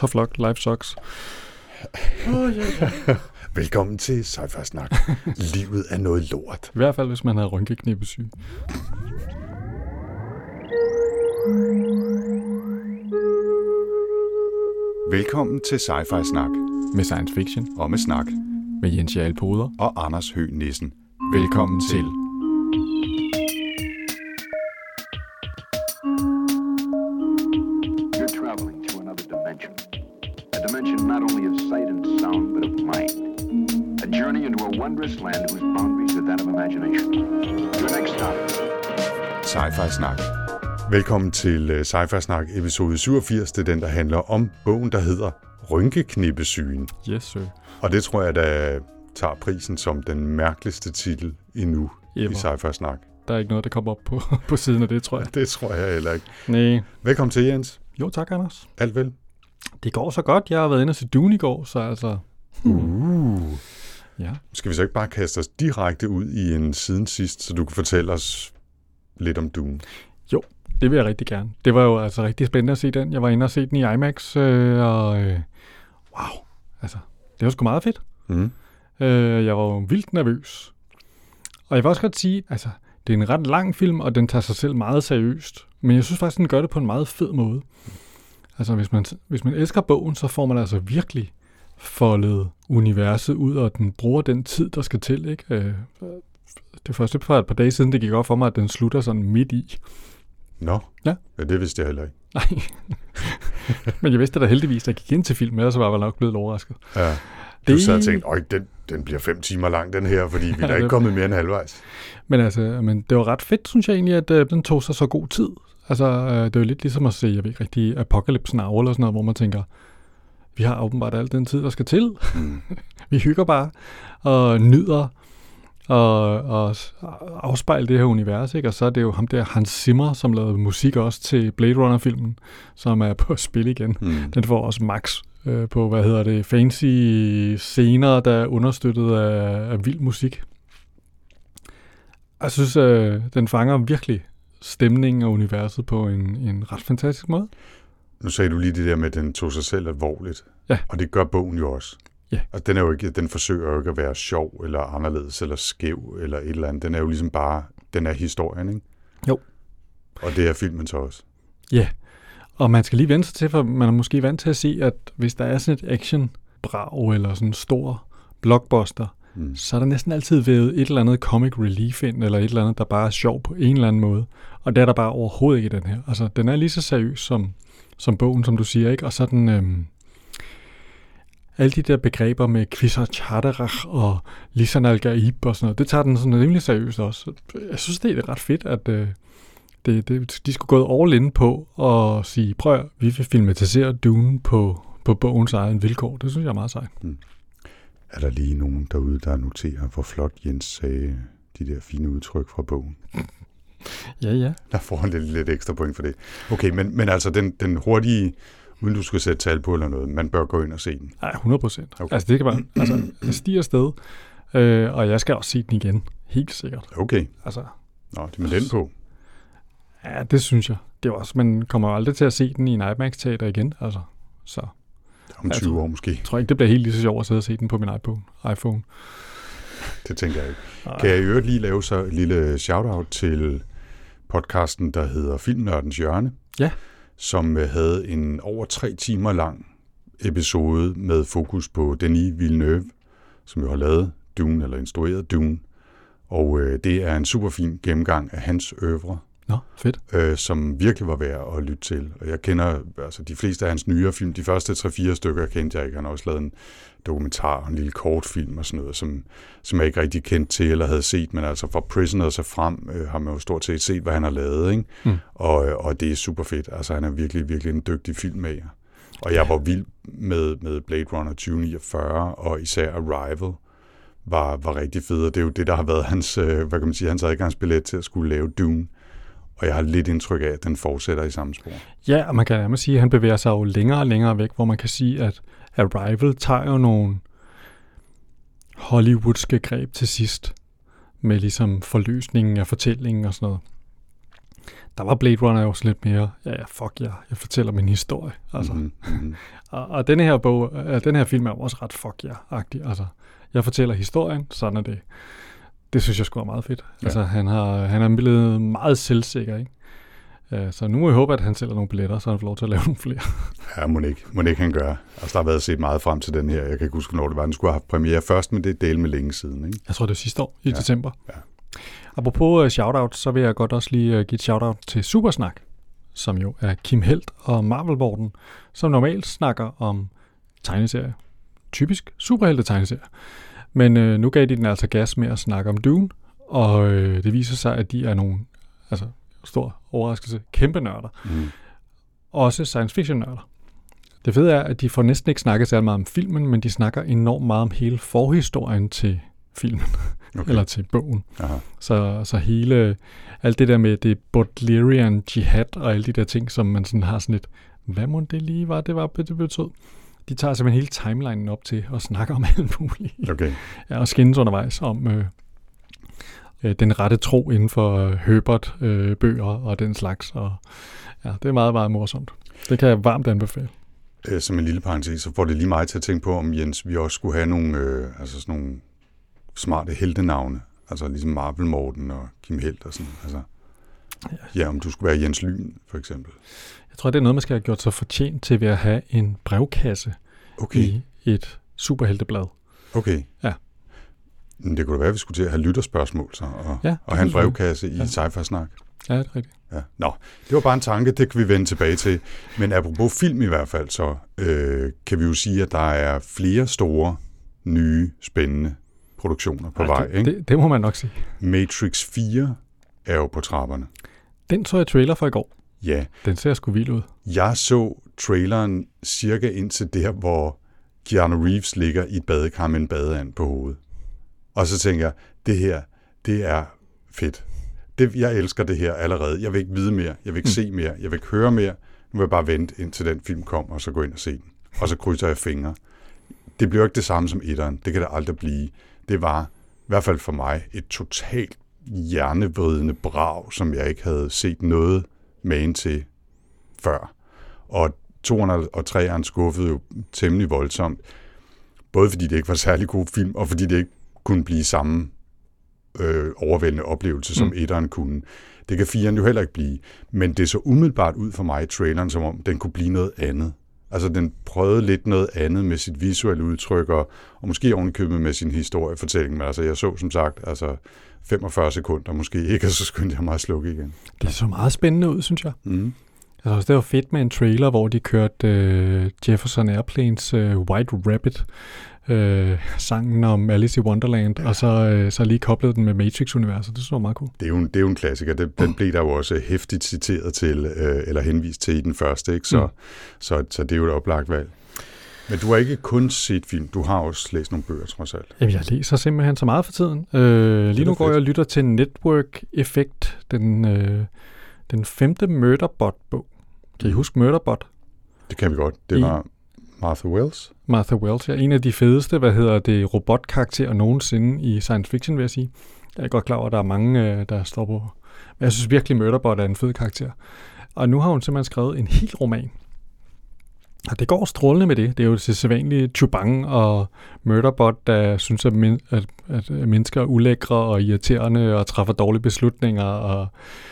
så flot. Life sucks. Velkommen til Sci-Fi Snak. Livet er noget lort. I hvert fald, hvis man havde rynkeknippesyge. Velkommen til Sci-Fi Snak. Med science fiction. Og med snak. Med Jens Jarl Poder. Og Anders Høgh Nissen. Velkommen til. You're traveling to another dimension. A dimension not only of sight and sound, but of mind. A journey into a wondrous land whose boundaries are that of imagination. Your next stop. Sci-Fi Snak. Velkommen til Sci-Fi Snak, episode 87. Det er den, der handler om bogen, der hedder Rynkeknippesygen. Yes, sir. Og det tror jeg, der tager prisen som den mærkeligste titel endnu i Sci-Fi Snak. Der er ikke noget, der kommer op på siden af det, tror jeg. Det tror jeg heller ikke. Nej. Velkommen til, Jens. Jo, tak, Anders. Alt vel? Det går så godt. Jeg har været inde og se Dune i går, så altså... Ja. Skal vi så ikke bare kaste os direkte ud i en siden sidst, så du kan fortælle os lidt om Dune? Jo, det vil jeg rigtig gerne. Det var jo altså rigtig spændende at se den. Jeg var inde og se den i IMAX, wow, altså, det var sgu meget fedt. Jeg var jo vildt nervøs. Og jeg vil også godt sige, altså, det er en ret lang film, og den tager sig selv meget seriøst. Men jeg synes faktisk, den gør det på en meget fed måde. Altså, hvis man elsker bogen, så får man altså virkelig foldet universet ud, og den bruger den tid, der skal til, ikke? Det første for et par dage siden, det gik op for mig, at den slutter sådan midt i. Nå, ja, det vidste jeg heller ikke. Nej, men jeg vidste da heldigvis, at jeg gik ind til filmen, ellers var jeg nok blevet overrasket. Ja, du sad og tænkte, den bliver 5 timer lang, den her, fordi vi er ikke kommet mere end halvvejs. Men det var ret fedt, synes jeg egentlig, at den tog sig så god tid. Altså, det er jo lidt ligesom at se, jeg ved ikke rigtig, Apocalypse Now eller sådan noget, hvor man tænker, vi har åbenbart al den tid, der skal til. Vi hygger bare og nyder og afspejle det her univers, ikke? Og så er det jo ham der, Hans Zimmer, som lavede musik også til Blade Runner-filmen, som er på spil igen. Den får også max på, fancy scener, der er understøttet af vild musik. Jeg synes, den fanger virkelig stemningen og universet på en ret fantastisk måde. Nu sagde du lige det der med, at den tog sig selv alvorligt. Ja. Og det gør bogen jo også. Ja. Og den forsøger jo ikke at være sjov, eller anderledes, eller skæv, eller et eller andet. Den er jo ligesom bare, den er historien, ikke? Jo. Og det er filmen så også. Ja, og man skal lige vente sig til, for man er måske vant til at se, at hvis der er sådan et action-brag, eller sådan en stor blockbuster, så er der næsten altid været et eller andet comic relief ind, eller et eller andet, der bare er sjov på en eller anden måde. Og det er der bare overhovedet ikke i den her. Altså, den er lige så seriøs som bogen, som du siger, ikke? Og så den... alle de der begreber med Kvisar Chaderach og Lisan al-Gaib og sådan noget, det tager den sådan rimelig seriøst også. Jeg synes, det er ret fedt, at de skulle gå all in på og sige, prøv at, vi vil filmatisere Dune på bogens egen vilkår. Det synes jeg er meget sejt. Er der lige nogen derude, der noterer, hvor flot Jens sagde de der fine udtryk fra bogen? Ja. Der får han lidt ekstra point for det. Okay, men altså den hurtige, uden du skal sætte tal på eller noget, man bør gå ind og se den. Nej, 100%. Okay. Altså det kan bare, jeg stiger afsted, og jeg skal også se den igen. Helt sikkert. Okay. Altså. Nå, det med den på. Ja, det synes jeg. Det er også, man kommer jo aldrig til at se den i en IMAX-teater igen, altså. Så. Om 20 år måske. Jeg tror ikke, det bliver helt lige så sjovt at sidde og se den på min iPhone. Det tænker jeg ikke. Kan jeg i øvrigt lige lave så et lille shout-out til podcasten, der hedder Filmnørdens Hjørne? Ja. Som havde en over 3 timer lang episode med fokus på Denis Villeneuve, som jo har lavet Dune, eller instrueret Dune. Og det er en super fin gennemgang af hans oeuvre. Nå, fedt. Som virkelig var værd at lytte til. Og jeg kender altså de fleste af hans nyere film. De første 3-4 stykker kendte jeg ikke. Han har også lavet en dokumentar og en lille kortfilm og sådan noget, som jeg ikke rigtig kendte til eller havde set. Men altså fra Prisoners og frem har man jo stort set set, hvad han har lavet. Ikke? Og det er super fedt. Altså han er virkelig, virkelig en dygtig filmmager. Og jeg var vild med Blade Runner 2049 og især Arrival var rigtig fed. Og det er jo det, der har været hans adgangsbillet til at skulle lave Dune. Og jeg har lidt indtryk af, at den fortsætter i samme spor. Ja, og man kan nærmest sige, at han bevæger sig jo længere og længere væk, hvor man kan sige, at Arrival tager jo nogle hollywoodske greb til sidst, med ligesom forløsningen af fortællingen og sådan noget. Der var Blade Runner jo også lidt mere, jeg fortæller min historie. Altså. Mm-hmm. Og den her film er jo også ret fuck yeah-agtig. Altså, jeg fortæller historien, sådan er det. Det synes jeg sgu er meget fedt. Ja. Altså, han er blevet meget selvsikker, ikke? Så nu må jeg håbe, at han sælger nogle billetter, så han får lov til at lave nogle flere. Ja, må ikke han gøre. Altså, der har været set meget frem til den her. Jeg kan ikke huske, hvornår det var. Den skulle have haft premiere først, men det er del med længe siden, ikke? Jeg tror, det var sidste år, i december. Ja. Apropos shoutout, så vil jeg godt også lige give et shoutout til Supersnak, som jo er Kim Helt og Marvel Morten, som normalt snakker om tegneserier. Typisk superhelte-tegneserier. Men nu gav de den altså gas med at snakke om Dune, og det viser sig, at de er nogle, altså stor overraskelse, kæmpe nørder. Mm. Også science fiction nørder. Det fede er, at de får næsten ikke snakket særlig meget om filmen, men de snakker enormt meget om hele forhistorien til filmen. Okay. Eller til bogen. Aha. Så hele, alt det der med det Baudelarian jihad og alle de der ting, som man sådan har sådan lidt, hvad må det lige var, det betød. De tager simpelthen hele timelinen op til at snakke om alt muligt. Okay. Ja, og skændes undervejs om den rette tro inden for Herbert-bøger og den slags. Og ja, det er meget, meget morsomt. Det kan jeg varmt anbefale. Som en lille parentes, så får det lige mig til at tænke på, om Jens, vi også skulle have nogle, sådan nogle smarte heltenavne. Altså ligesom Marvel Morten og Kim Helt og sådan. Altså, ja, om du skulle være Jens Lyn, for eksempel. Jeg tror, det er noget, man skal have gjort sig fortjent til ved at have en brevkasse i et superhelteblad. Okay. Ja. Men det kunne da være, at vi skulle til at have lytterspørgsmål så, og have en brevkasse i Sci-Fi-snak. Ja, det er rigtigt. Ja. Nå, det var bare en tanke, det kan vi vende tilbage til. Men apropos film i hvert fald, så kan vi jo sige, at der er flere store, nye, spændende produktioner på vej. Ikke? Det må man nok sige. Matrix 4 er jo på trapperne. Den så jeg trailer for i går. Ja. Den ser sgu vild ud. Jeg så traileren cirka indtil der, hvor Keanu Reeves ligger i et badekar med en badeand på hovedet. Og så tænker jeg, det her, det er fedt. Jeg elsker det her allerede. Jeg vil ikke vide mere. Jeg vil ikke se mere. Jeg vil ikke høre mere. Nu vil jeg bare vente, indtil den film kommer, og så gå ind og se den. Og så krydser jeg fingre. Det bliver ikke det samme som etteren. Det kan det aldrig blive. Det var, i hvert fald for mig, et totalt hjernevridende brag, som jeg ikke havde set noget magen til før. Og 2'eren og 3'eren skuffede jo temmelig voldsomt. Både fordi det ikke var en særlig god film, og fordi det ikke kunne blive samme overvældende oplevelse, som etteren kunne. Det kan 4'eren jo heller ikke blive. Men det så umiddelbart ud for mig i traileren, som om den kunne blive noget andet. Altså, den prøvede lidt noget andet med sit visuelle udtryk, og måske ovenikøbet med sin historiefortælling. Men altså, jeg så som sagt 45 sekunder måske ikke, og så skyndte jeg mig at slukke igen. Det så meget spændende ud, synes jeg. Mm. Jeg synes, det var fedt med en trailer, hvor de kørte Jefferson Airplanes White Rabbit, sangen om Alice i Wonderland, og så lige koblede den med Matrix-universet. Det så meget cool. Det er jo en klassiker. Den blev der jo også hæftigt citeret til, eller henvist til i den første, ikke? Så det er jo et oplagt valg. Men du har ikke kun set film, du har også læst nogle bøger, trods alt. Jamen, jeg læser simpelthen så meget for tiden. Lige nu går jeg og lytter til Network Effect, den 5. Murderbot-bog. Kan I huske Murderbot? Det kan vi godt. Det var Martha Wells. Martha Wells, ja. En af de fedeste, robotkarakterer nogensinde i science fiction, vil jeg sige. Jeg er godt klar over, at der er mange, der står på. Men jeg synes virkelig, Murderbot er en fed karakter. Og nu har hun simpelthen skrevet en hel roman. Og det går strålende med det. Det er jo det sædvanlige Chubang og Murderbot, der synes, at mennesker er ulækre og irriterende og træffer dårlige beslutninger og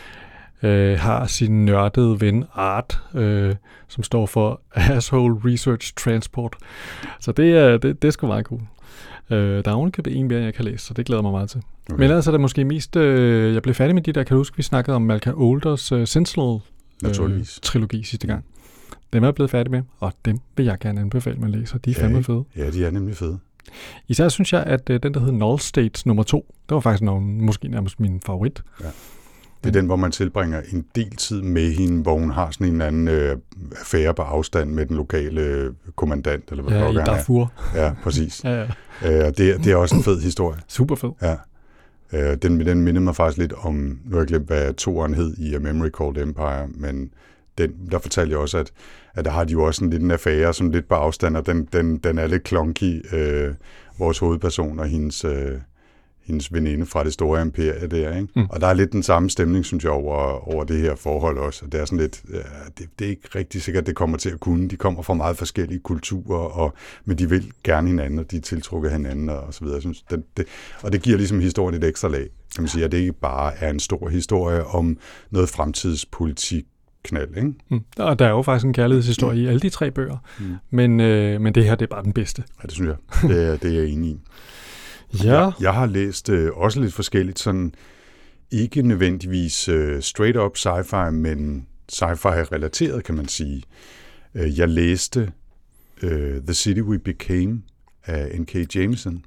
har sin nørdede ven Art, som står for Asshole Research Transport. Så det er sgu meget cool. Der er ovenikøbet en mere, jeg kan læse, så det glæder mig meget til. Okay. Men ellers er det måske mest... jeg blev færdig med de der, kan du huske, vi snakkede om Malka Olders Sentinel-trilogi sidste gang. Dem er jeg blevet færdig med, og dem vil jeg gerne anbefale, man læser. De er fandme fede. Ja, de er nemlig fede. Især synes jeg, at den, der hed Null States nummer 2, det var faktisk måske nærmest min favorit. Ja. Det er den, hvor man tilbringer en del tid med hende, hvor hun har sådan en anden affære på afstand med den lokale kommandant. Eller hvad i Darfur. Ja, præcis. Det er også en fed historie. Super fed. Ja. Den minder mig faktisk lidt om, nu har jeg glemt, hvad 2'eren hed i A Memory Called Empire, men der fortalte jeg også, at der har de jo også en lille affære, som lidt på afstand, og den er lidt klonky, vores hovedperson og hendes veninde fra det store imperie der, ikke? Og der er lidt den samme stemning, synes jeg, over det her forhold også. Det er sådan lidt, det er ikke rigtig sikkert, det kommer til at kunne. De kommer fra meget forskellige kulturer, men de vil gerne hinanden, og de er tiltrukket hinanden, og så videre. Jeg synes, og det giver ligesom historien et ekstra lag, kan man sige, at det ikke bare er en stor historie om noget fremtidspolitik, knald, ikke? Og der er jo faktisk en kærlighedshistorie i alle de 3 bøger, men det her, det er bare den bedste. Ja, det synes jeg. Det er jeg enig i. Ja. Jeg har læst også lidt forskelligt, sådan ikke nødvendigvis straight up sci-fi, men sci-fi-relateret, kan man sige. Jeg læste The City We Became af N.K. Jemisin.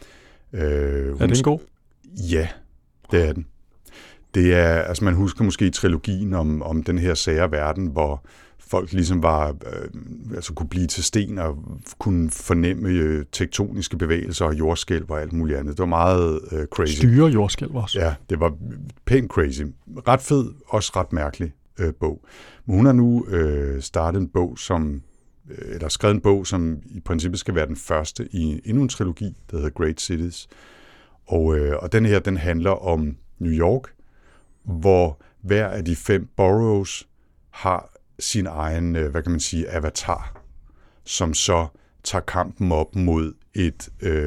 Er den god? Ja, det er den. Det er, altså man husker måske trilogien om den her sære verden, hvor folk ligesom var, altså kunne blive til sten og kunne fornemme tektoniske bevægelser og jordskælv og alt muligt andet. Det var meget crazy. Styre jordskælv også. Ja, det var pænt crazy. Ret fed, også ret mærkelig bog. Men hun har nu startet en bog, eller skrevet en bog, som i princippet skal være den første i endnu en trilogi, der hedder Great Cities. Og den her, den handler om New York, hvor hver af de 5 boroughs har sin egen, hvad kan man sige, avatar, som så tager kampen op mod et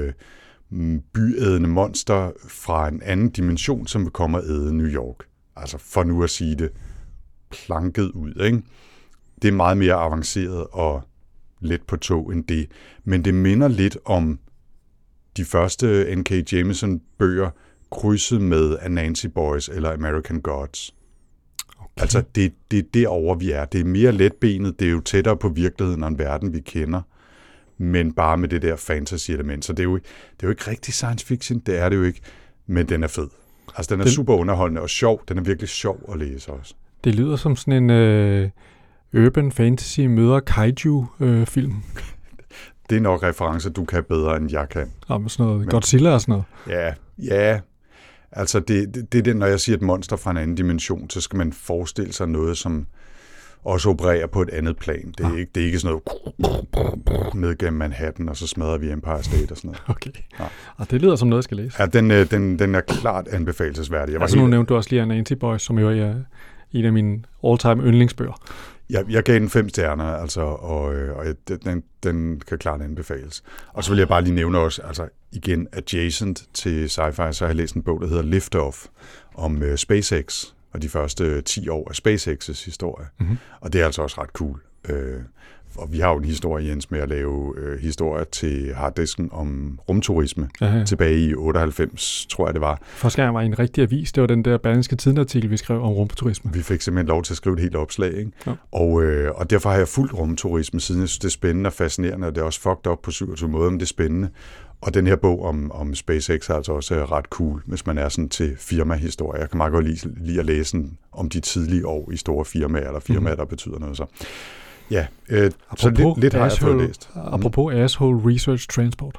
byædende monster fra en anden dimension, som vil komme og æde New York. Altså for nu at sige det planket ud, ikke? Det er meget mere avanceret og let på tog end det, men det minder lidt om de første N.K. Jemisin-bøger, krydset med Anansi Boys eller American Gods. Okay. Altså, det er derovre, vi er. Det er mere letbenet, det er jo tættere på virkeligheden og en verden, vi kender, men bare med det der fantasy-element. Så det er jo ikke rigtig science fiction, det er det jo ikke, men den er fed. Altså, den er super underholdende og sjov. Den er virkelig sjov at læse også. Det lyder som sådan en urban fantasy møder kaiju-film. Det er nok referencer, du kan bedre, end jeg kan. Om sådan noget Godzilla og sådan noget. Ja. Altså, det er det, når jeg siger et monster fra en anden dimension, så skal man forestille sig noget, som også opererer på et andet plan. Det er ikke sådan noget ned gennem Manhattan, og så smadrer vi Empire State og sådan noget. Okay. Ja. Og det lyder som noget, jeg skal læse. Ja, den er klart anbefalesværdig. Nu nævnte du også lige Anansi Boys, som jo er en af mine all-time yndlingsbøger. Jeg gav den 5 stjerner, altså, og den kan klart anbefales. Og så vil jeg bare lige nævne også, altså igen, adjacent til sci-fi, så har jeg læst en bog, der hedder Lift Off, om SpaceX og de første 10 år af SpaceX's historie. Mm-hmm. Og det er altså også ret cool. Og vi har jo en historie, Jens, med at lave historier til harddisken om rumturisme tilbage i 98, tror jeg det var. Første gang jeg var i en rigtig avis, det var den der Berlingske Tiden-artikel, vi skrev om rumturisme. Vi fik simpelthen lov til at skrive et helt opslag, ikke? Ja. Og derfor har jeg fulgt rumturisme siden. Jeg synes, det er spændende og fascinerende, og det er også fucked up på 27 måder, men det er spændende. Og den her bog om SpaceX er altså også ret cool, hvis man er sådan til firmahistorie. Jeg kan meget godt lide at læse om de tidlige år i store firmaer, eller firmaer, der betyder noget så. Ja, så lidt har jeg fået læst. Apropos asshole research transport.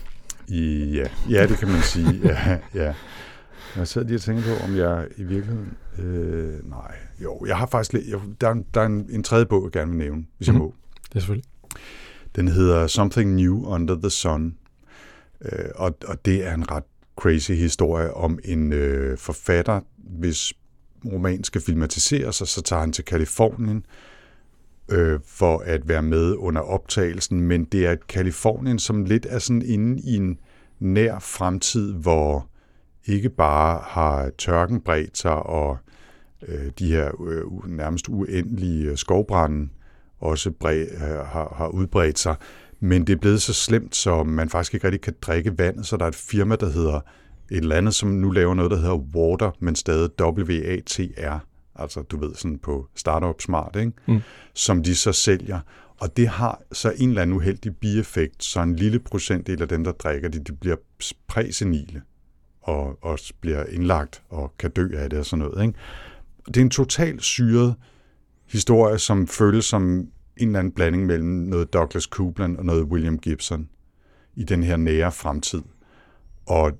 Ja, det kan man sige. Ja. Jeg sad lige og tænkte på, om jeg i virkeligheden... nej, jo, jeg har faktisk... Der er en tredje bog, jeg gerne vil nævne, hvis jeg må. Det er selvfølgelig. Den hedder Something New Under the Sun. Og det er en ret crazy historie om en forfatter, hvis roman skal filmatiseres, og så tager han til Californien, for at være med under optagelsen, men det er et Californien, som lidt er sådan inde i en nær fremtid, hvor ikke bare har tørken bredt sig, og de her nærmest uendelige skovbrande også har udbredt sig, men det er blevet så slemt, så man faktisk ikke rigtig kan drikke vandet, så der er et firma, der hedder et eller andet, som nu laver noget, der hedder Water, men stadig WATR. Altså, du ved, sådan på Startup Smart, ikke? Som de så sælger. Og det har så en eller anden uheldig bieffekt, så en lille procentdel af dem, der drikker det, de bliver præsenile og også bliver indlagt og kan dø af det og sådan noget, ikke? Det er en totalt syret historie, som føles som en eller anden blanding mellem noget Douglas Coupland og noget William Gibson i den her nære fremtid. Og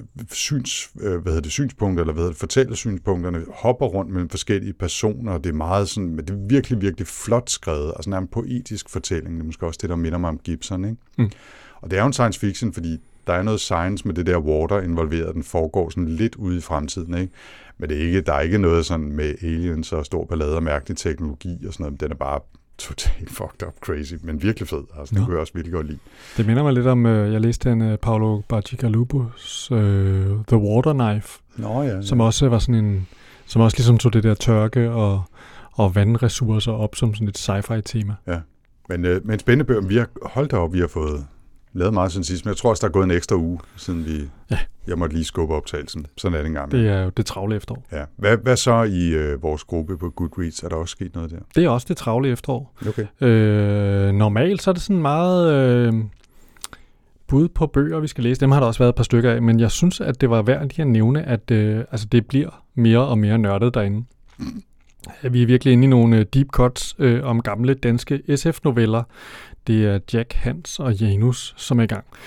fortællesynspunkterne hopper rundt mellem forskellige personer, og det er meget sådan, men det er virkelig, virkelig flot skrevet, altså en poetisk fortælling, det er måske også det, der minder mig om Gibson, ikke? Og det er jo en science fiction, fordi Der er noget science med det der water involveret, den foregår sådan lidt ude i fremtiden, ikke? Men der er ikke noget sådan med aliens og stor ballade og mærkelig teknologi og sådan noget, men den er bare totalt fucked up crazy, men virkelig fed. Altså, det kunne jeg også virkelig godt lide. Det minder mig lidt om, jeg læste en Paolo Bacigalupos The Water Knife, som også var sådan en, som også ligesom tog det der tørke og vandressourcer op som sådan et sci-fi tema. Ja, men en spændende bøger, vi har fået lavet meget siden sidst, men jeg tror også, der er gået en ekstra uge, siden jeg måtte lige skubbe optagelsen. Sådan er det engang. Det er jo det travle efterår. Ja. Hvad så i vores gruppe på Goodreads? Er der også sket noget der? Det er også det travle efterår. Okay. Normalt så er det sådan meget bud på bøger, vi skal læse. Dem har der også været et par stykker af, men jeg synes, at det var værd lige at nævne, at det bliver mere og mere nørdet derinde. Vi er virkelig inde i nogle deep cuts om gamle danske SF-noveller. Det er Jack, Hans og Janus, som er i gang.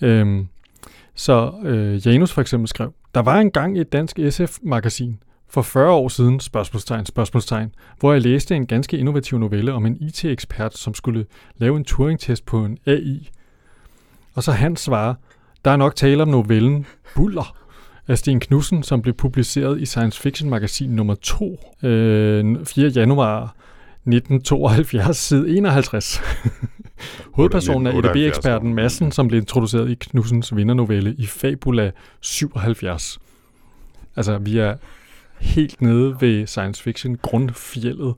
Janus for eksempel skrev, der var engang et dansk SF-magasin for 40 år siden, spørgsmålstegn, hvor jeg læste en ganske innovativ novelle om en IT-ekspert, som skulle lave en Turing-test på en AI. Og så Hans svarer, der er nok tale om novellen Buller af Sten Knudsen, som blev publiceret i Science Fiction Magasin nummer 2, 4. januar 1972, side 51. Hovedpersonen er EDB-eksperten Madsen, som blev introduceret i Knudsens vindernovelle i Fabula 77. Altså, vi er helt nede ved science fiction grundfjeldet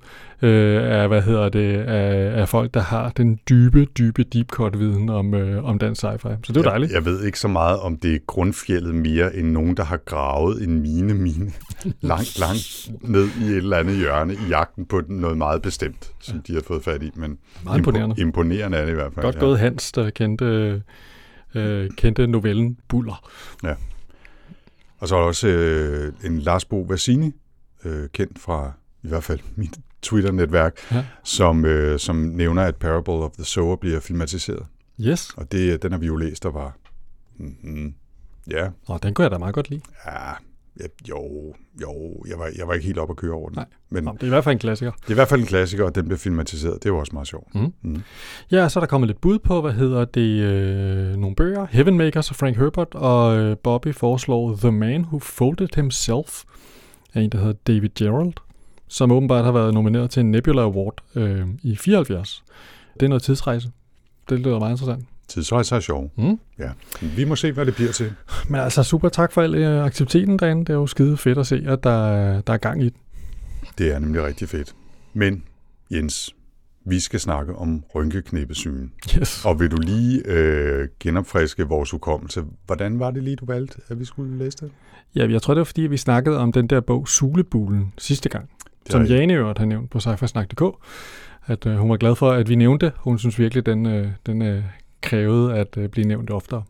af folk, der har den dybe deep cut viden om dansk sci-fi. Så det er jo dejligt. Jeg ved ikke så meget om det er grundfjeldet mere end nogen, der har gravet en mine langt ned i et eller andet hjørne i jagten på noget meget bestemt, som de har fået fat i. Men imponerende er det i hvert fald. Godt gået Hans, der kendte novellen Buller. Ja. Og så er der også en Lars Bo Vassini, kendt fra i hvert fald mit Twitter-netværk, som nævner, at Parable of the Sower bliver filmatiseret. Yes. Og den har vi jo læst, der var... ja. Og den kunne jeg da meget godt lide. Ja, jeg var ikke helt op at køre over den. Nej, men det er i hvert fald en klassiker. Det er i hvert fald en klassiker, og den bliver filmatiseret. Det er jo også meget sjovt. Ja, så er der kommet lidt bud på, nogle bøger. Heaven Makers af Frank Herbert, og Bobby foreslår The Man Who Folded Himself af en, der hedder David Gerald, som åbenbart har været nomineret til en Nebula Award i 74. Det er noget tidsrejse. Det lyder meget interessant. Tidsrejse er sjov. Ja. Vi må se, hvad det bliver til. Men altså super tak for al aktiviteten derinde. Det er jo skide fedt at se, at der er gang i den. Det er nemlig rigtig fedt. Men Jens, vi skal snakke om rynkeknippesygen. Yes. Og vil du lige genopfriske vores hukommelse? Hvordan var det lige, du valgte, at vi skulle læse det? Ja, jeg tror, det var fordi, vi snakkede om den der bog Sulebulen sidste gang, som Jane Øvrigt har nævnt på sci-fi-snak.dk. At hun var glad for, at vi nævnte. Hun synes virkelig, den krævede at blive nævnt oftere.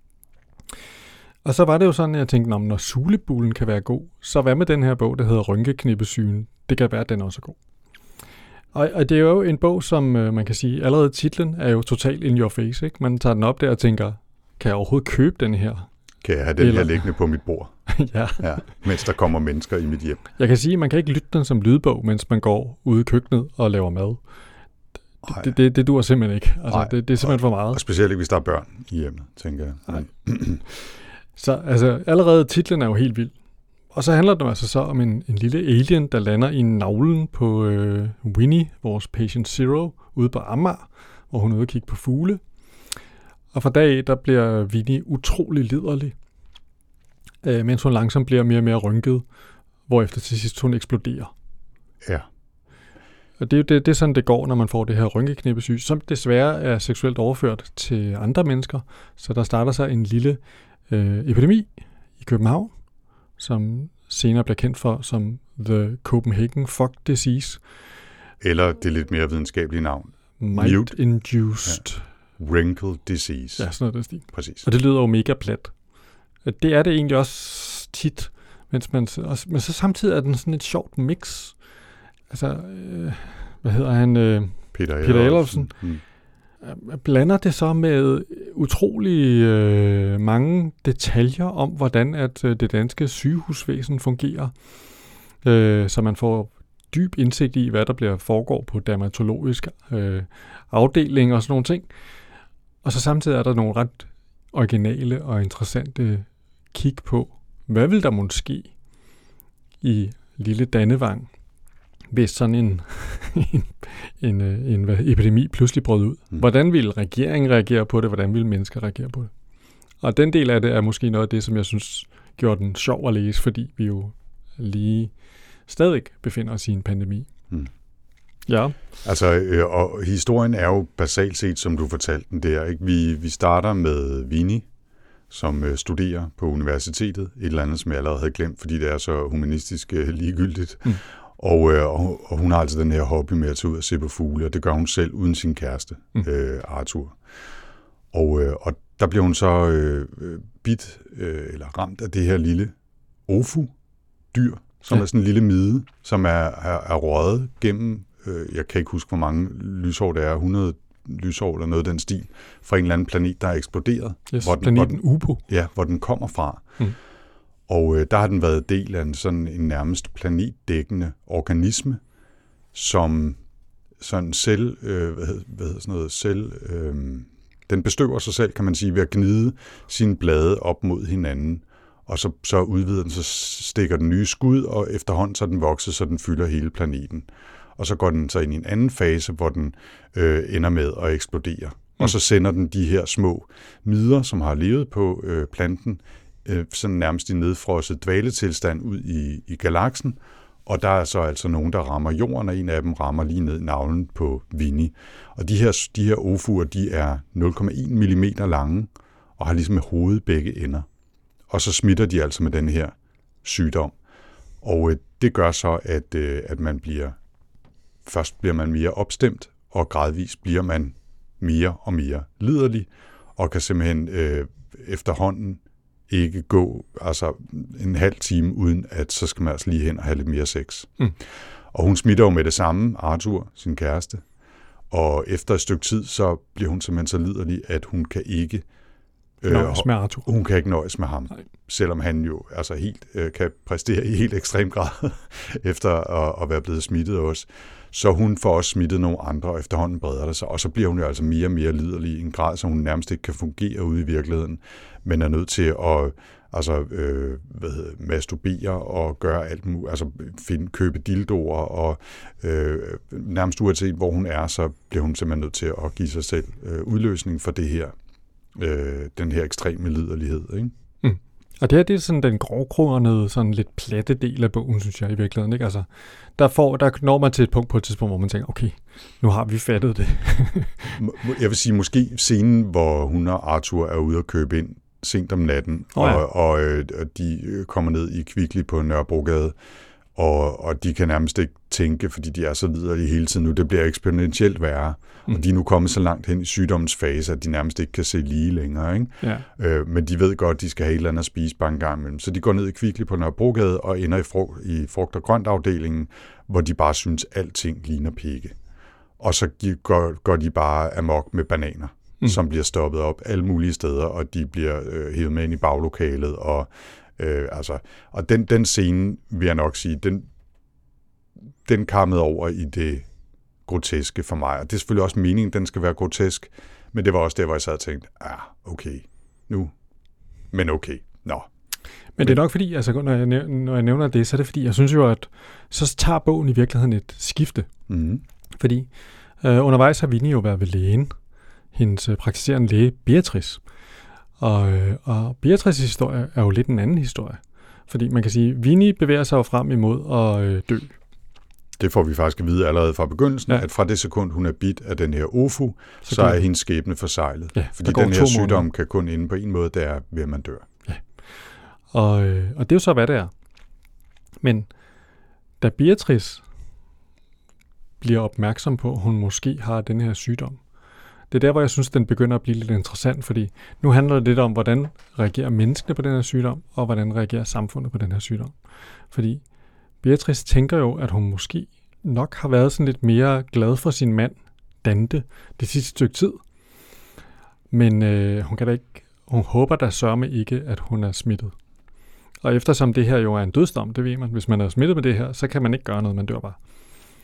Og så var det jo sådan, at jeg tænkte, når Sulebulen kan være god, så hvad med den her bog, der hedder Rynkeknippesygen? Det kan være, at den også er god. Og det er jo en bog, som man kan sige, allerede titlen er jo totalt in your face. Ikke? Man tager den op der og tænker, kan jeg overhovedet købe den her? Kan jeg have den her liggende på mit bord? Ja, mens der kommer mennesker i mit hjem. Jeg kan sige, at man kan ikke lytte den som lydbog, mens man går ude i køkkenet og laver mad. Det duer simpelthen ikke. Altså, det er simpelthen for meget. Og specielt ikke, hvis der er børn i hjemmet, tænker jeg. Så altså, allerede titlen er jo helt vild. Og så handler det altså så om en lille alien, der lander i navlen på Winnie, vores patient Zero, ude på Amager, hvor hun er ude og kigge på fugle. Og fra dag af, der bliver Winnie utrolig liderlig, mens hun langsomt bliver mere og mere rynket, hvorefter til sidst hun eksploderer. Ja. Og det er sådan, det går, når man får det her rynkeknippesyge, som desværre er seksuelt overført til andre mennesker. Så der starter sig en lille epidemi i København, som senere bliver kendt for som The Copenhagen Fog Disease. Eller det lidt mere videnskabelige navn. Mute-induced wrinkle disease. Ja, sådan noget den stil. Præcis. Og det lyder jo mega plat. Det er det egentlig også tit, men så samtidig er den sådan et sjovt mix. Altså, hvad hedder han? Peter Elofsen. Blander det så med utrolig mange detaljer om, hvordan at det danske sygehusvæsen fungerer, så man får dyb indsigt i, hvad der foregår på dermatologisk afdeling og sådan nogle ting. Og så samtidig er der nogle ret originale og interessante kig på, hvad vil der måske i lille Dannevang, hvis sådan en epidemi pludselig brød ud. Hvordan vil regeringen reagere på det? Hvordan vil mennesker reagere på det? Og den del af det er måske noget af det, som jeg synes gjorde den sjov at læse, fordi vi jo lige stadig befinder os i en pandemi. Ja. Altså, og historien er jo basalt set, som du fortalte den der, ikke? Vi starter med Winnie, som studerer på universitetet, et eller andet, som jeg allerede havde glemt, fordi det er så humanistisk ligegyldigt. Og hun har altså den her hobby med at tage ud og se på fugle, og det gør hun selv uden sin kæreste, Arthur. Og der bliver hun så eller ramt af det her lille ofu-dyr, som er sådan en lille mide, som er røget gennem, jeg kan ikke huske, hvor mange lysår det er, 100 lysår eller noget af den stil, fra en eller anden planet, der er eksploderet. Yes, planeten Upo. Ja, hvor den kommer fra. Og der har den været del af en nærmest planetdækkende organisme, som sådan den bestøver sig selv, kan man sige, ved at gnide sine blade op mod hinanden, og så udvider den, så stikker den nye skud, og efterhånden så er den vokset, så den fylder hele planeten. Og så går den så ind i en anden fase, hvor den ender med at eksplodere. Og så sender den de her små midler, som har levet på planten, sådan nærmest i nedfrosset dvaletilstand ud i galaksen, og der er så altså nogen, der rammer jorden, og en af dem rammer lige ned i navlen på Winnie. Og de her ofuer, de er 0,1 mm lange, og har ligesom et hoved begge ender. Og så smitter de altså med den her sygdom. Og det gør så, at man først bliver man mere opstemt, og gradvist bliver man mere og mere liderlig, og kan simpelthen efterhånden ikke gå en halv time, uden at så skal man altså lige hen og have lidt mere sex. Og hun smitter jo med det samme, Arthur, sin kæreste, og efter et stykke tid, så bliver hun simpelthen så liderlig, at hun kan ikke nøjes med Arthur. Hun kan ikke nøjes med ham, selvom han jo helt kan præstere i helt ekstrem grad efter at være blevet smittet også. Så hun får også smittet nogle andre, og efterhånden breder det sig, og så bliver hun jo altså mere og mere liderlig i en grad, så hun nærmest ikke kan fungere ude i virkeligheden, men er nødt til at masturbere og gøre alt muligt, købe dildoer, og nærmest uanset hvor hun er, så bliver hun simpelthen nødt til at give sig selv udløsning for det her, den her ekstreme liderlighed, ikke? Og det er sådan den grovkronede, sådan lidt platte del af bogen, synes jeg i virkeligheden, ikke? Altså, der når man til et punkt på et tidspunkt, hvor man tænker, okay, nu har vi fattet det. Jeg vil sige, måske scenen, hvor hun og Arthur er ude at købe ind sent om natten, og de kommer ned i Kvickly på Nørrebrogade, og de kan nærmest ikke tænke, fordi de er så liderlige hele tiden nu. Det bliver eksponentielt værre, og de er nu kommet så langt hen i sygdommens fase, at de nærmest ikke kan se lige længere. Ikke? Ja. Men de ved godt, at de skal have et eller andet at spise bare en gang imellem. Så de går ned i Kvickly på Nørrebrogade og ender i frugt- og grøntafdelingen, hvor de bare synes, alting ligner pikke. Og så går de bare amok med bananer, som bliver stoppet op alle mulige steder, og de bliver hævet med ind i baglokalet, og den scene, vil jeg nok sige, den kammede over i det groteske for mig. Og det er selvfølgelig også meningen, den skal være grotesk, men det var også der, hvor jeg sad og tænkte, okay, nu, men okay, nå. Men det er nok fordi, når jeg nævner det, så er det fordi, jeg synes jo, at så tager bogen i virkeligheden et skifte. Fordi undervejs har Winnie jo været ved lægen, hendes praktiserende læge Beatrice. Og Beatrices historie er jo lidt en anden historie. Fordi man kan sige, at Winnie bevæger sig jo frem imod at dø. Det får vi faktisk at vide allerede fra begyndelsen, at fra det sekund, hun er bidt af den her ofu, så er hendes skæbne forseglet. Ja, fordi den her sygdom kan kun ende på en måde, det er ved at man dør. Ja. Og det er jo så, hvad det er. Men da Beatrice bliver opmærksom på, at hun måske har den her sygdom, det er der, hvor jeg synes, den begynder at blive lidt interessant, fordi nu handler det lidt om, hvordan reagerer menneskene på den her sygdom, og hvordan reagerer samfundet på den her sygdom. Fordi Beatrice tænker jo, at hun måske nok har været sådan lidt mere glad for sin mand, Dante, det sidste stykke tid. Men hun håber da sørme ikke, at hun er smittet. Og eftersom det her jo er en dødsdom, det ved man, hvis man er smittet med det her, så kan man ikke gøre noget, man dør bare.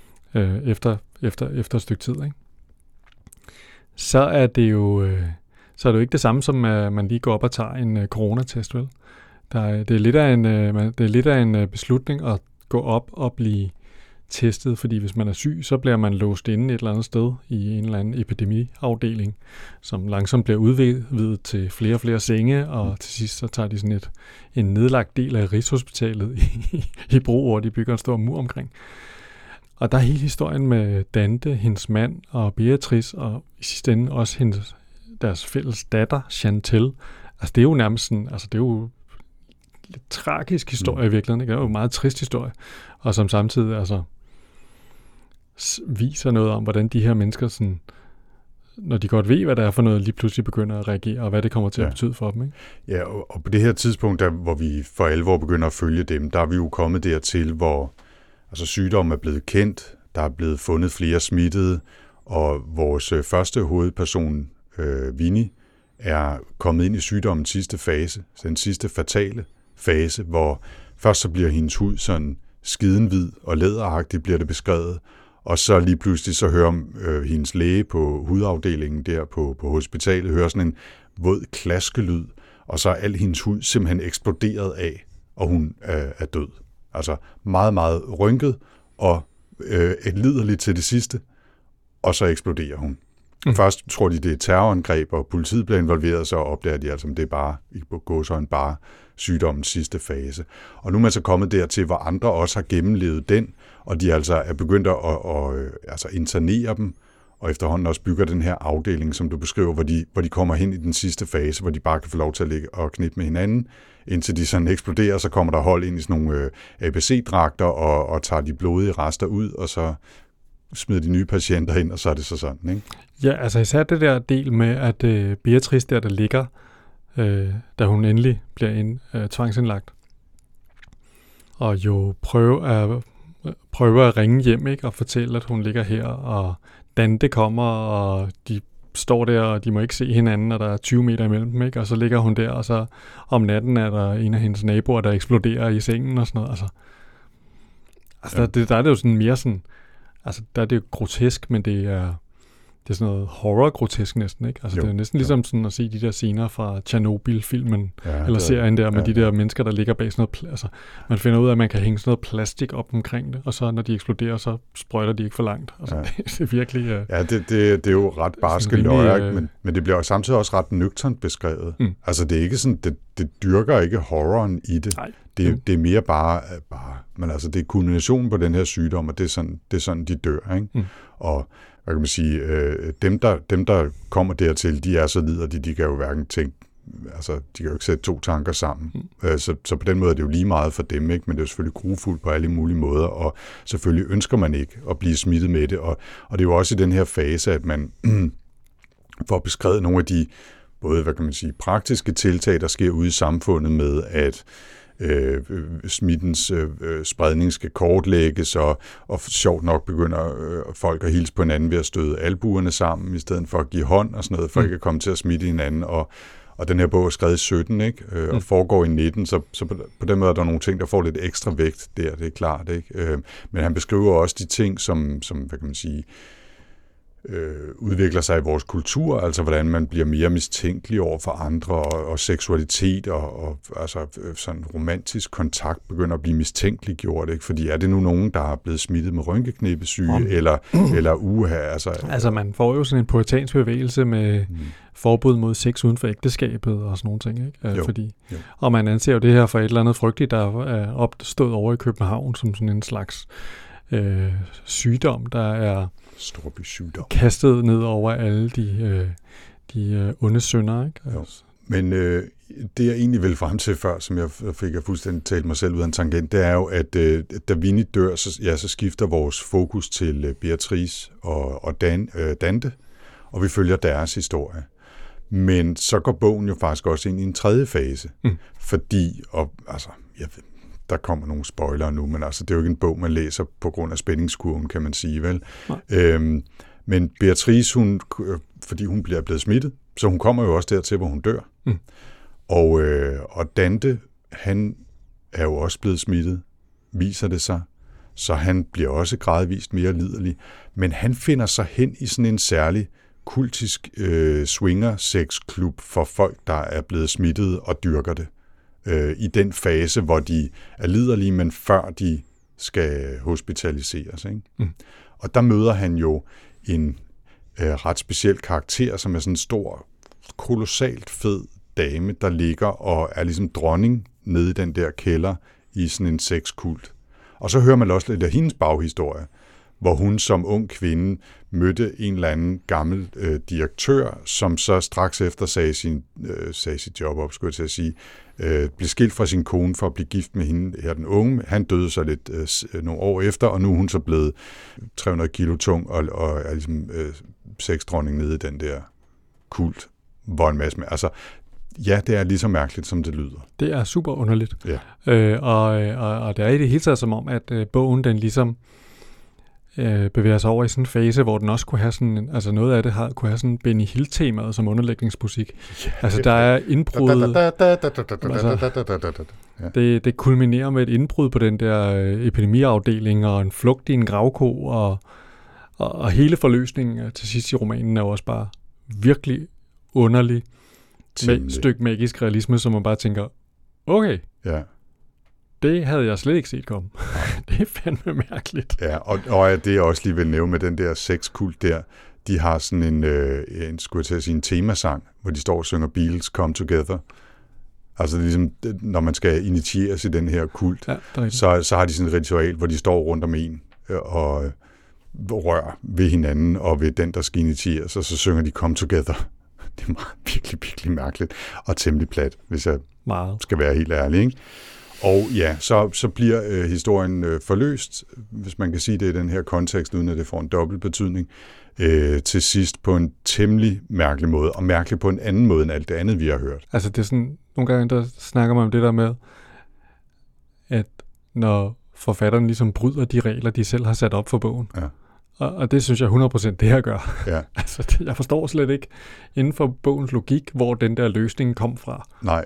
Efter et stykke tid, ikke? Så er det jo så er det jo ikke det samme som, at man lige går op og tager en coronatest, vel? Det er lidt af en beslutning at gå op og blive testet, fordi hvis man er syg, så bliver man låst inde et eller andet sted i en eller anden epidemiafdeling, som langsomt bliver udvidet til flere og flere senge, og til sidst så tager de sådan en nedlagt del af Rigshospitalet i brug, hvor de bygger en stor mur omkring. Og der er hele historien med Dante, hendes mand og Beatrice, og i sidste ende også deres fælles datter, Chantel. Altså det er jo nærmest sådan, altså det er jo lidt tragisk historie i virkeligheden, ikke? Det er jo en meget trist historie, og som samtidig altså viser noget om, hvordan de her mennesker, sådan, når de godt ved, hvad det er for noget, lige pludselig begynder at reagere, og hvad det kommer til at betyde for dem. Ikke? Ja, og på det her tidspunkt, der, hvor vi for alvor begynder at følge dem, der er vi jo kommet dertil, hvor altså, sygdommen er blevet kendt, der er blevet fundet flere smittede, og vores første hovedperson, Winnie, er kommet ind i sygdommens sidste fase, den sidste fatale fase, hvor først så bliver hendes hud sådan skidenhvid og læderagtigt bliver det beskrevet, og så lige pludselig så hører hendes læge på hudafdelingen der på hospitalet, hører sådan en våd klaskelyd, og så er al hendes hud simpelthen eksploderet af, og hun er død. Altså meget, meget rynket og liderligt til det sidste, og så eksploderer hun. Først tror de, det er terrorangreb, og politiet bliver involveret, så opdager de altså, at det er bare sygdommens sidste fase. Og nu er man så kommet dertil, hvor andre også har gennemlevet den, og de altså er begyndt at internere dem, og efterhånden også bygger den her afdeling, som du beskriver, hvor de kommer hen i den sidste fase, hvor de bare kan få lov til at ligge og knippe med hinanden, indtil de sådan eksploderer, så kommer der hold ind i sådan nogle ABC-dragter, og tager de blodige rester ud, og så smider de nye patienter ind, og så er det så sådan, ikke? Ja, altså især det der del med, at Beatrice der ligger, da hun endelig bliver tvangsindlagt, og jo prøver at ringe hjem, ikke, og fortælle, at hun ligger her, og Dante kommer, og de står der, og de må ikke se hinanden, og der er 20 meter imellem dem, ikke? Og så ligger hun der, og så om natten er der en af hendes naboer, der eksploderer i sengen og sådan noget. Altså der er det jo sådan mere sådan, altså der er det jo grotesk, men det er sådan noget horror-grotesk næsten, ikke? Altså det er næsten ligesom sådan at se de der scener fra Chernobyl-filmen, eller serien der med de der mennesker, der ligger bag sådan noget, altså man finder ud af, at man kan hænge sådan noget plastik op omkring det, og så når de eksploderer, så sprøjter de ikke for langt. Altså det er virkelig... det er jo ret barske løjer, men det bliver samtidig også ret nøgternt beskrevet. Altså det er ikke sådan, det dyrker ikke horroren i det. Nej. Det er mere bare, men altså det er kulminationen på den her sygdom, og det er sådan de dør, ikke? Og hvad kan man sige, dem der kommer dertil, de er så liderlige, de kan jo hverken tænke, altså de kan jo ikke sætte to tanker sammen. Så på den måde er det jo lige meget for dem, ikke? Men det er jo selvfølgelig grufuldt på alle mulige måder, og selvfølgelig ønsker man ikke at blive smittet med det, og det er jo også i den her fase, at man får beskrevet nogle af de både, hvad kan man sige, praktiske tiltag, der sker ude i samfundet med, at smittens spredning skal kortlægges, og sjovt nok begynder folk at hilse på hinanden ved at støde albuerne sammen, i stedet for at give hånd og sådan noget, for ikke at komme til at smitte hinanden, og den her bog er skrevet i 17, ikke? Og foregår i 19, så på den måde er der nogle ting, der får lidt ekstra vægt der, det er klart, ikke? Men han beskriver også de ting, som hvad kan man sige, udvikler sig i vores kultur, altså hvordan man bliver mere mistænkelig over for andre, og seksualitet og altså sådan romantisk kontakt begynder at blive mistænkeliggjort, ikke? Fordi er det nu nogen, der er blevet smittet med rynkeknæbesyge, eller uha, altså man får jo sådan en puritansk bevægelse med forbud mod sex uden for ægteskabet og sådan nogle ting, ikke? Og man anser jo det her for et eller andet frygteligt, der er opstået over i København, som sådan en slags sygdom, der er kastet ned over alle de onde synder, ikke? Altså. Men det jeg egentlig vil frem til før, som jeg fik fuldstændig talt mig selv ud af en tangent, det er jo, at da Winnie dør, så skifter vores fokus til Beatrice og Dante, og vi følger deres historie. Men så går bogen jo faktisk også ind i en tredje fase, fordi, der kommer nogle spoilere nu, men altså, det er jo ikke en bog, man læser på grund af spændingskurven, kan man sige, vel? Men Beatrice, fordi hun bliver blevet smittet, så hun kommer jo også dertil, hvor hun dør. Og Dante, han er jo også blevet smittet, viser det sig, så han bliver også gradvist mere liderlig, men han finder sig hen i sådan en særlig kultisk swinger-sex-klub for folk, der er blevet smittet og dyrker det. I den fase, hvor de er liderlige, men før de skal hospitaliseres. Ikke? Mm. Og der møder han jo en ret speciel karakter, som er sådan en stor, kolossalt fed dame, der ligger og er ligesom dronning nede i den der kælder i sådan en sexkult. Og så hører man også lidt af hendes baghistorie, hvor hun som ung kvinde mødte en eller anden gammel direktør, som så straks efter sagde sit job op, skulle jeg til at sige, blev skilt fra sin kone for at blive gift med hende her, den unge. Han døde så lidt nogle år efter, og nu er hun så blevet 300 kilo tung og er ligesom sexdronning nede i den der kult, hvor en masse med. Altså, ja, det er lige så mærkeligt, som det lyder. Det er super underligt. Ja. Og det er i det hele taget som om, at bogen den ligesom bevæger sig over i sådan en fase, hvor den også kunne have sådan, altså noget af det kunne have sådan Benny Hill-temaet som underlægningsmusik. Altså der er indbrud. Det kulminerer med et indbrud på den der epidemiafdeling og en flugt i en gravko, og hele forløsningen til sidst i romanen er også bare virkelig underlig med et stykke magisk realisme, som man bare tænker, okay, ja. Det havde jeg slet ikke set komme. Det er fandme mærkeligt. Ja, og det jeg også lige vil nævne med den der sexkult der, de har sådan skulle jeg til at sige, en temasang, hvor de står og synger Beatles Come Together. Altså det er ligesom, når man skal initieres i den her kult, ja, så har de sådan et ritual, hvor de står rundt om en og rører ved hinanden og ved den, der skal initieres, og så synger de Come Together. Det er virkelig, virkelig mærkeligt og temmelig plat, hvis jeg skal være helt ærlig, ikke? Og ja, så bliver historien forløst, hvis man kan sige det i den her kontekst, uden at det får en dobbelt betydning, til sidst på en temmelig mærkelig måde, og mærkelig på en anden måde end alt det andet, vi har hørt. Altså det er sådan, nogle gange der snakker man om det der med, at når forfatteren ligesom bryder de regler, de selv har sat op for bogen, ja. Og det synes jeg 100% det her gør. Ja. Altså, jeg forstår slet ikke inden for bogens logik, hvor den der løsning kom fra. Nej,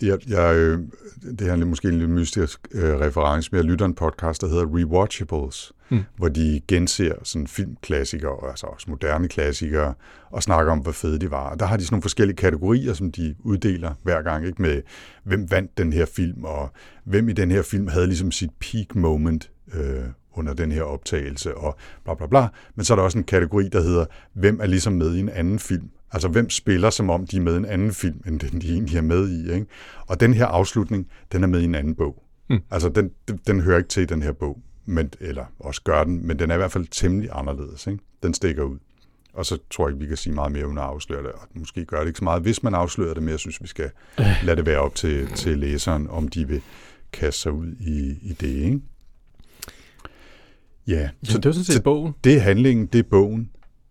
det er måske en lidt mystisk reference, men jeg lytter en podcast, der hedder Rewatchables, hvor de genser sådan filmklassikere, altså også moderne klassikere, og snakker om, hvor fede de var. Og der har de sådan nogle forskellige kategorier, som de uddeler hver gang, ikke, med hvem vandt den her film, og hvem i den her film havde ligesom sit peak moment under den her optagelse, og bla bla bla. Men så er der også en kategori, der hedder, hvem er ligesom med i en anden film? Altså, hvem spiller, som om de er med i en anden film, end den de egentlig er med i, ikke? Og den her afslutning, den er med i en anden bog. Altså, den hører ikke til i den her bog, eller også gør den, men den er i hvert fald temmelig anderledes, ikke? Den stikker ud. Og så tror jeg ikke, vi kan sige meget mere uden at afsløre det, og måske gør det ikke så meget, hvis man afslører det, men jeg synes, vi skal lade det være op til læseren, om de vil kaste sig ud i det, ikke? Ja, så det er sådan set bogen. Det er handlingen, det er bogen.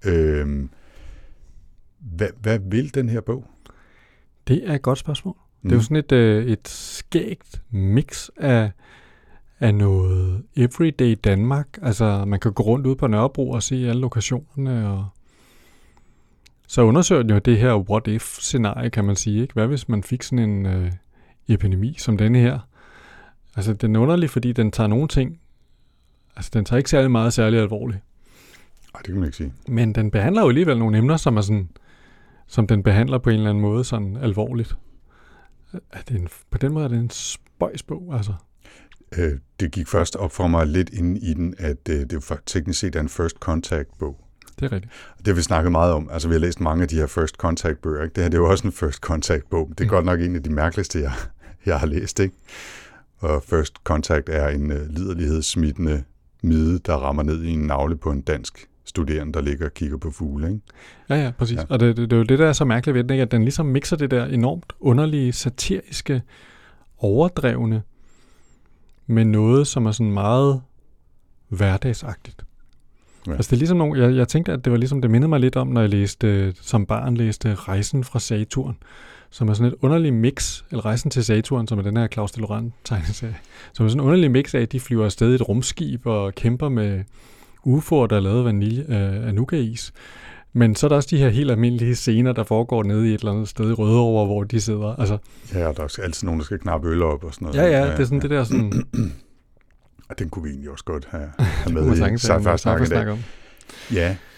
Hvad vil den her bog? Det er et godt spørgsmål. Det er jo sådan et skægt mix af noget everyday Danmark. Altså, man kan gå rundt ud på Nørrebro og se alle lokationerne. Og så undersøger den jo det her what-if-scenarie, kan man sige. Ikke? Hvad hvis man fik sådan en epidemi som denne her? Altså, den er underlig, fordi den tager nogle ting. Altså, den tager ikke særlig alvorligt. Nej, det kan man ikke sige. Men den behandler jo alligevel nogle emner, som er sådan, som den behandler på en eller anden måde sådan alvorligt. På den måde er det en spøjsbog, altså. Det gik først op for mig lidt inde i den, at det jo teknisk set er en first contact-bog. Det er rigtigt. Det har vi snakket meget om. Altså, vi har læst mange af de her first contact-bøger, ikke? Det her det er jo også en first contact-bog. Det er godt nok en af de mærkeligste, jeg har læst, ikke? Og first contact er en liderlighedssmittende mide, der rammer ned i en navle på en dansk studerende, der ligger og kigger på fugle, ikke? Ja, præcis. Ja. Og det er jo det, der er så mærkeligt ved den, ikke? At den ligesom mixer det der enormt underlige, satiriske, overdrevne med noget, som er sådan meget hverdagsagtigt. Ja. Altså det er ligesom nogle, jeg tænkte, at det var ligesom, det mindede mig lidt om, når jeg som barn læste Rejsen fra Saturn, som er sådan et underligt mix, eller Rejsen til Saturn, som er den her Claus de Lorraine tegneserie, som er sådan et underligt mix af, at de flyver afsted i et rumskib og kæmper med UFO'er, der er lavet af nougat-is. Men så er der også de her helt almindelige scener, der foregår nede i et eller andet sted i Rødovre, hvor de sidder. Altså, ja, og der er altid nogen, der skal knappe øl op og sådan noget. Ja, det er sådan det der sådan... Og den kunne vi egentlig også godt have med i sci-fi-snak i dag. Ja,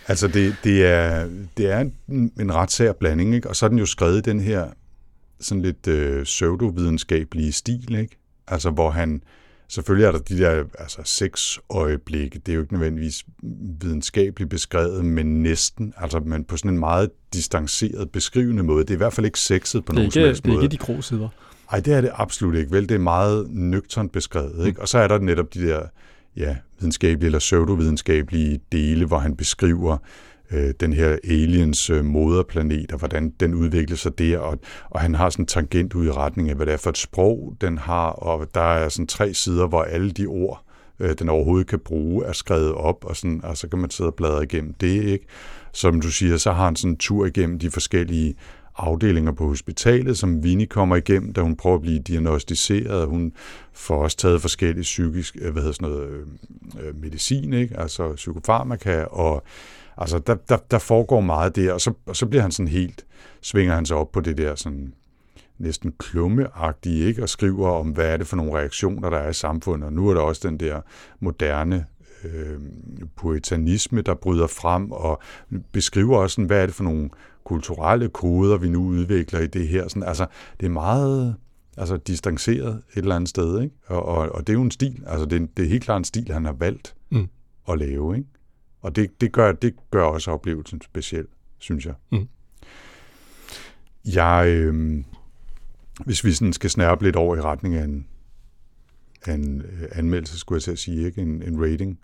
Altså, det er en ret sær blanding, ikke? Og så er den jo skrevet i den her sådan lidt pseudovidenskabelige stil, ikke? Altså, hvor han... Selvfølgelig er der de der sexøjeblikke. Det er jo ikke nødvendigvis videnskabeligt beskrevet, men næsten. Altså, men på sådan en meget distanceret, beskrivende måde. Det er i hvert fald ikke sexet på nogen som helst måde. Det er ikke de grå sider. Nej, det er det absolut ikke. Vel, det er meget nøgternt beskrevet, ikke? Og så er der netop de der videnskabelige eller pseudovidenskabelige dele, hvor han beskriver den her aliens moderplanet, og hvordan den udvikler sig der, og han har sådan en tangent ud i retning af, hvad det er for et sprog, den har, og der er sådan 3 sider, hvor alle de ord, den overhovedet kan bruge, er skrevet op, og så kan man sidde og bladre igennem det, ikke? Som du siger, så har han sådan en tur igennem de forskellige afdelinger på hospitalet, som Winnie kommer igennem, da hun prøver at blive diagnostiseret. Hun får også taget forskellige psykisk, medicin, ikke? Altså psykofarmaka, og altså der foregår meget der, og så bliver han sådan helt, svinger han sig op på det der sådan næsten klummeagtige, ikke? Og skriver om, hvad er det for nogle reaktioner, der er i samfundet. Og nu er der også den der moderne puritanisme, der bryder frem, og beskriver også sådan, hvad er det for nogle kulturelle koder, vi nu udvikler i det her. Sådan, altså, det er meget distanceret et eller andet sted, ikke? Og det er jo en stil, altså det er helt klart en stil, han har valgt at lave, ikke? Og det gør også oplevelsen speciel, synes jeg. Jeg, hvis vi sådan skal snærpe lidt over i retning af en anmeldelse, skulle jeg til at sige, ikke? En rating,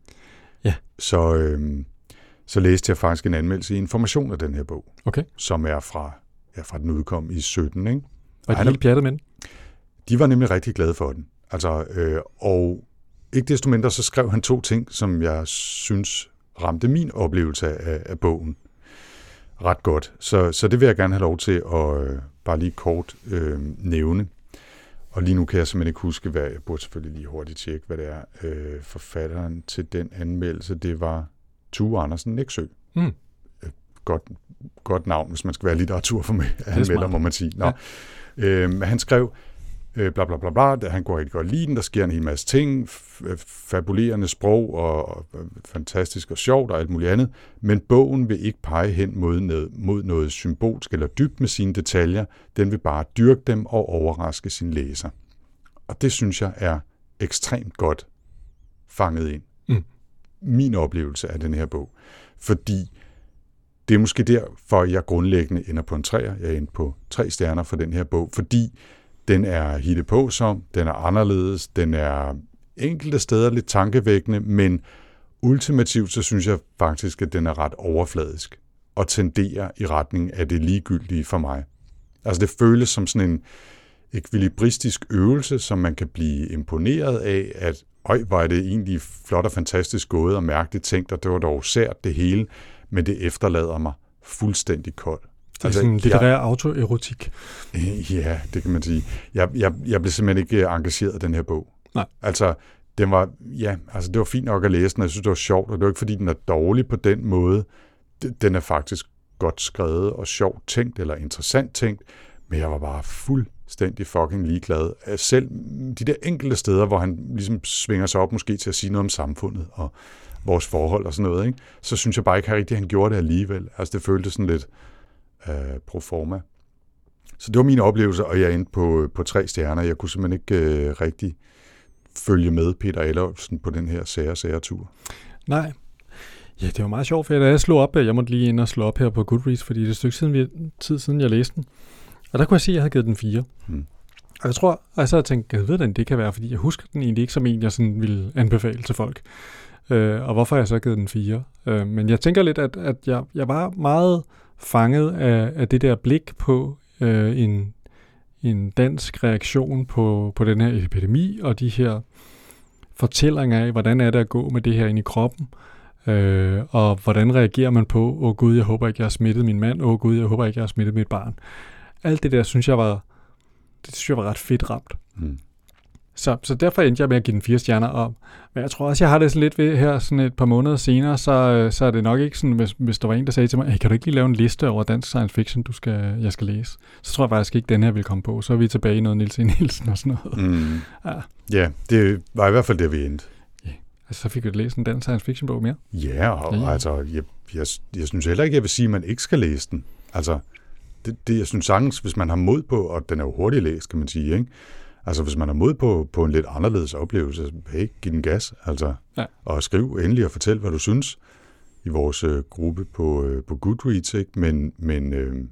så læste jeg faktisk en anmeldelse i Information af den her bog, som er fra den udkom i 17, ikke? Var de helt pjattet med den? De var nemlig rigtig glade for den. Altså, og ikke desto mindre, så skrev han 2 ting, som jeg synes ramte min oplevelse af bogen ret godt. Så det vil jeg gerne have lov til at bare lige kort nævne. Og lige nu kan jeg simpelthen ikke huske, hvad jeg burde selvfølgelig lige hurtigt tjekke, hvad det er. Forfatteren til den anmeldelse, det var Tue Andersen Nexø. Godt navn, hvis man skal være litteratur for mig. Anmelder, må man sige. Nå. Ja. Han skrev bla bla bla bla, han går rigtig godt lide den, der sker en hel masse ting, fabulerende sprog og fantastisk og sjovt og alt muligt andet, men bogen vil ikke pege hen mod noget symbolsk eller dybt med sine detaljer, den vil bare dyrke dem og overraske sin læser. Og det synes jeg er ekstremt godt fanget ind. Min oplevelse af den her bog. Fordi det er måske derfor, jeg grundlæggende ender på en 3'er. Jeg er inde på 3 stjerner for den her bog, fordi den er hittepåsom, den er anderledes, den er enkelte steder lidt tankevækkende, men ultimativt så synes jeg faktisk, at den er ret overfladisk og tenderer i retning af det ligegyldige for mig. Altså det føles som sådan en ekvilibristisk øvelse, som man kan blive imponeret af, at hvor er det egentlig flot og fantastisk gået og mærkeligt tænkt, og det var dog sært det hele, men det efterlader mig fuldstændig kold. Det er sådan en litterær autoerotik. Ja, det kan man sige. Jeg blev simpelthen ikke engageret i den her bog. Nej. Altså, det var fint nok at læse den, og jeg synes, det var sjovt, og det var ikke, fordi den er dårlig på den måde. Den er faktisk godt skrevet og sjovt tænkt, eller interessant tænkt, men jeg var bare fuldstændig fucking ligeglad. Selv de der enkelte steder, hvor han ligesom svinger sig op måske til at sige noget om samfundet og vores forhold og sådan noget, ikke? Så synes jeg bare ikke rigtigt, at han gjorde det alligevel. Altså, det føltes sådan lidt pro forma. Så det var min oplevelse, og jeg endte på 3 stjerner. Jeg kunne simpelthen ikke rigtig følge med Peter Adolfsen på den her sære tur. Nej. Ja, det var meget sjovt, for da jeg slog op, jeg måtte lige ind og slå op her på Goodreads, fordi det er et stykke tid siden, jeg læste den. Og der kunne jeg se, at jeg havde givet den 4. Og jeg tror, og så har jeg tænkt, jeg ved den, det kan være, fordi jeg husker den egentlig ikke som en, jeg sådan ville anbefale til folk. Og hvorfor har jeg så givet den 4? Men jeg tænker lidt, at jeg var meget fanget af det der blik på en dansk reaktion på den her epidemi, og de her fortællinger af, hvordan er det at gå med det her ind i kroppen, og hvordan reagerer man på, gud, jeg håber ikke, jeg har smittet min mand, gud, jeg håber ikke, jeg har smittet mit barn. Alt det der, synes jeg var ret fedt ramt. Så derfor endte jeg med at give den 4 stjerner. Men jeg tror også, jeg har det sådan lidt ved her, sådan et par måneder senere, så er det nok ikke sådan, hvis der var en, der sagde til mig, hey, kan du ikke lige lave en liste over dansk science fiction, jeg skal læse? Så tror jeg faktisk ikke, den her vil komme på. Så er vi tilbage i noget Niels E. Nielsen og sådan noget. Ja, det var i hvert fald det, vi endte. Altså, så fik vi læst en dansk science fiction bog mere. Ja, og altså, jeg synes heller ikke, jeg vil sige, at man ikke skal læse den. Altså, det jeg synes sagtens, hvis man har mod på, og den er jo hurtigt læst, kan man sige, ikke? Altså, hvis man har mod på en lidt anderledes oplevelse, hey, giv den gas, altså. Ja. Og skriv endelig og fortæl, hvad du synes i vores gruppe på Goodreads, ikke? Men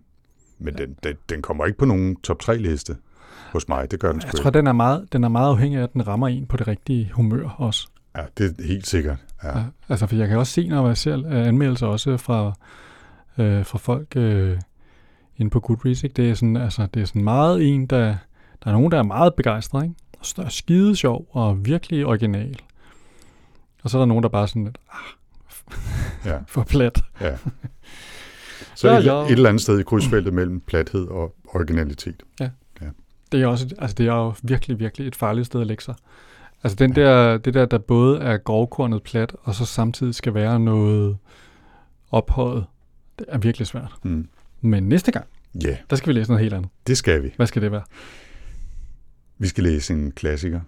den kommer ikke på nogen top 3-liste hos mig, det gør den sgu. Jeg tror, den er meget afhængig af, at den rammer en på det rigtige humør også. Ja, det er helt sikkert. Ja. Altså, for jeg kan også se, når jeg ser anmeldelser også fra folk inde på Goodreads, ikke? Det er sådan meget en, der er nogen, der er meget begejstret, ikke? Og er skide sjov og virkelig original. Og så er der nogen, der bare sådan lidt, for plat. Ja. Så et eller andet sted i krydsfeltet mellem plathed og originalitet. Ja. Det er jo virkelig, virkelig et farligt sted at lægge sig. Altså det der både er grovkornet plat, og så samtidig skal være noget ophøjet, det er virkelig svært. Mm. Men næste gang, der skal vi læse noget helt andet. Det skal vi. Hvad skal det være? Vi skal læse en klassiker.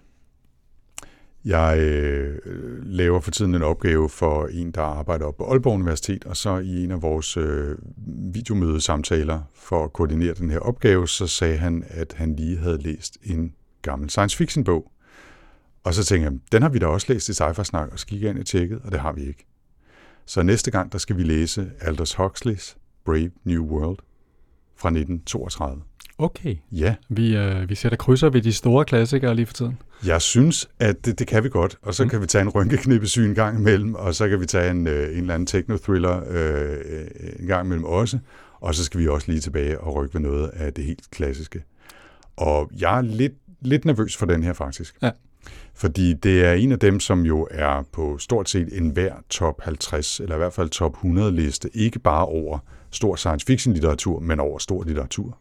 Jeg laver for tiden en opgave for en, der arbejder oppe på Aalborg Universitet, og så i en af vores videomødesamtaler for at koordinere den her opgave, så sagde han, at han lige havde læst en gammel science fiction bog. Og så tænkte jeg, den har vi da også læst i Sci-Fi Snak, og så gik jeg ind og tjekkede, og det har vi ikke. Så næste gang, der skal vi læse Aldous Huxleys Brave New World fra 1932. Okay. Ja. Vi sætter krydser ved de store klassikere lige for tiden. Jeg synes, at det kan vi godt, og så kan vi tage en rynkeknippesy en gang imellem, og så kan vi tage en eller anden techno-thriller en gang imellem også, og så skal vi også lige tilbage og rykke ved noget af det helt klassiske. Og jeg er lidt nervøs for den her faktisk. Ja. Fordi det er en af dem, som jo er på stort set enhver top 50, eller i hvert fald top 100 liste, ikke bare over stor science fiction litteratur, men over stor litteratur.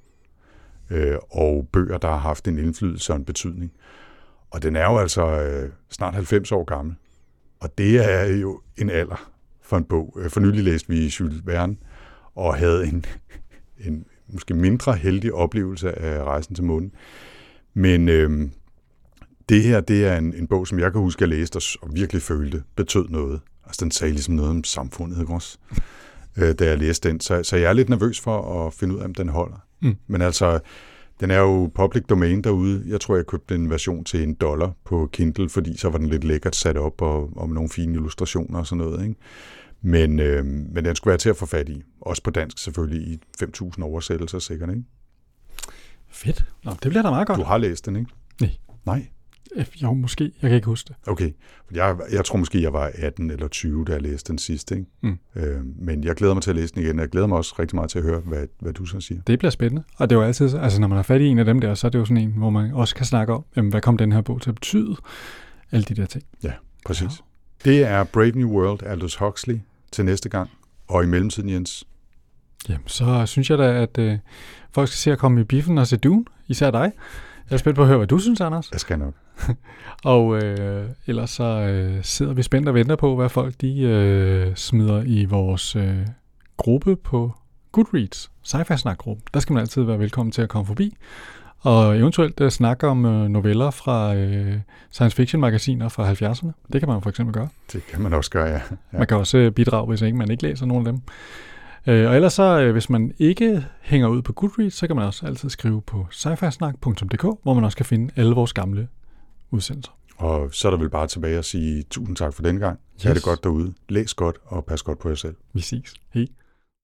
Og bøger, der har haft en indflydelse og en betydning. Og den er jo altså snart 90 år gammel. Og det er jo en alder for en bog. For nylig læste vi Jules Verne, og havde en måske mindre heldig oplevelse af Rejsen til månen. Men det her, det er en bog, som jeg kan huske, at jeg læste og virkelig følte betød noget. Altså den sagde ligesom noget om samfundet, ikke også? Da jeg læste den. Så jeg er lidt nervøs for at finde ud af, om den holder. Mm. Men altså, den er jo public domain derude. Jeg tror, jeg købte en version til $1 på Kindle, fordi så var den lidt lækkert sat op og med nogle fine illustrationer og sådan noget, ikke? Men den skulle være til at få fat i. Også på dansk selvfølgelig i 5.000 oversættelser sikkert, ikke? Fedt. Nå, det bliver da meget godt. Du har læst den, ikke? Nej. Jo, måske. Jeg kan ikke huske det. Okay. Jeg tror måske, jeg var 18 eller 20, da jeg læste den sidste, ikke? Mm. Men jeg glæder mig til at læse den igen. Jeg glæder mig også rigtig meget til at høre, hvad du så siger. Det bliver spændende. Og det er jo altid, altså når man har fat i en af dem der, så er det jo sådan en, hvor man også kan snakke om, jamen, hvad kom den her bog til at betyde? Alle de der ting. Ja, præcis. Ja. Det er Brave New World, Aldous Huxley, til næste gang. Og i mellemtiden, Jens? Jamen, så synes jeg da, at folk skal se at komme i biffen og se Dune. Især dig. Jeg er spændt på at høre, hvad du synes, Anders. Jeg skal nok. Og ellers så sidder vi spændt og venter på, hvad folk de smider i vores gruppe på Goodreads, Sci-Fi Snak-gruppe. Der skal man altid være velkommen til at komme forbi. Og eventuelt snakke om noveller fra science fiction-magasiner fra 70'erne. Det kan man for eksempel gøre. Det kan man også gøre, ja. Man kan også bidrage, hvis man ikke læser nogen af dem. Og ellers så, hvis man ikke hænger ud på Goodreads, så kan man også altid skrive på sci-fi-snak.dk, hvor man også kan finde alle vores gamle udsendelser. Og så er der vel bare tilbage at sige tusind tak for denne gang. Yes. Ha' det godt derude. Læs godt og pas godt på jer selv. Vi ses. Hej.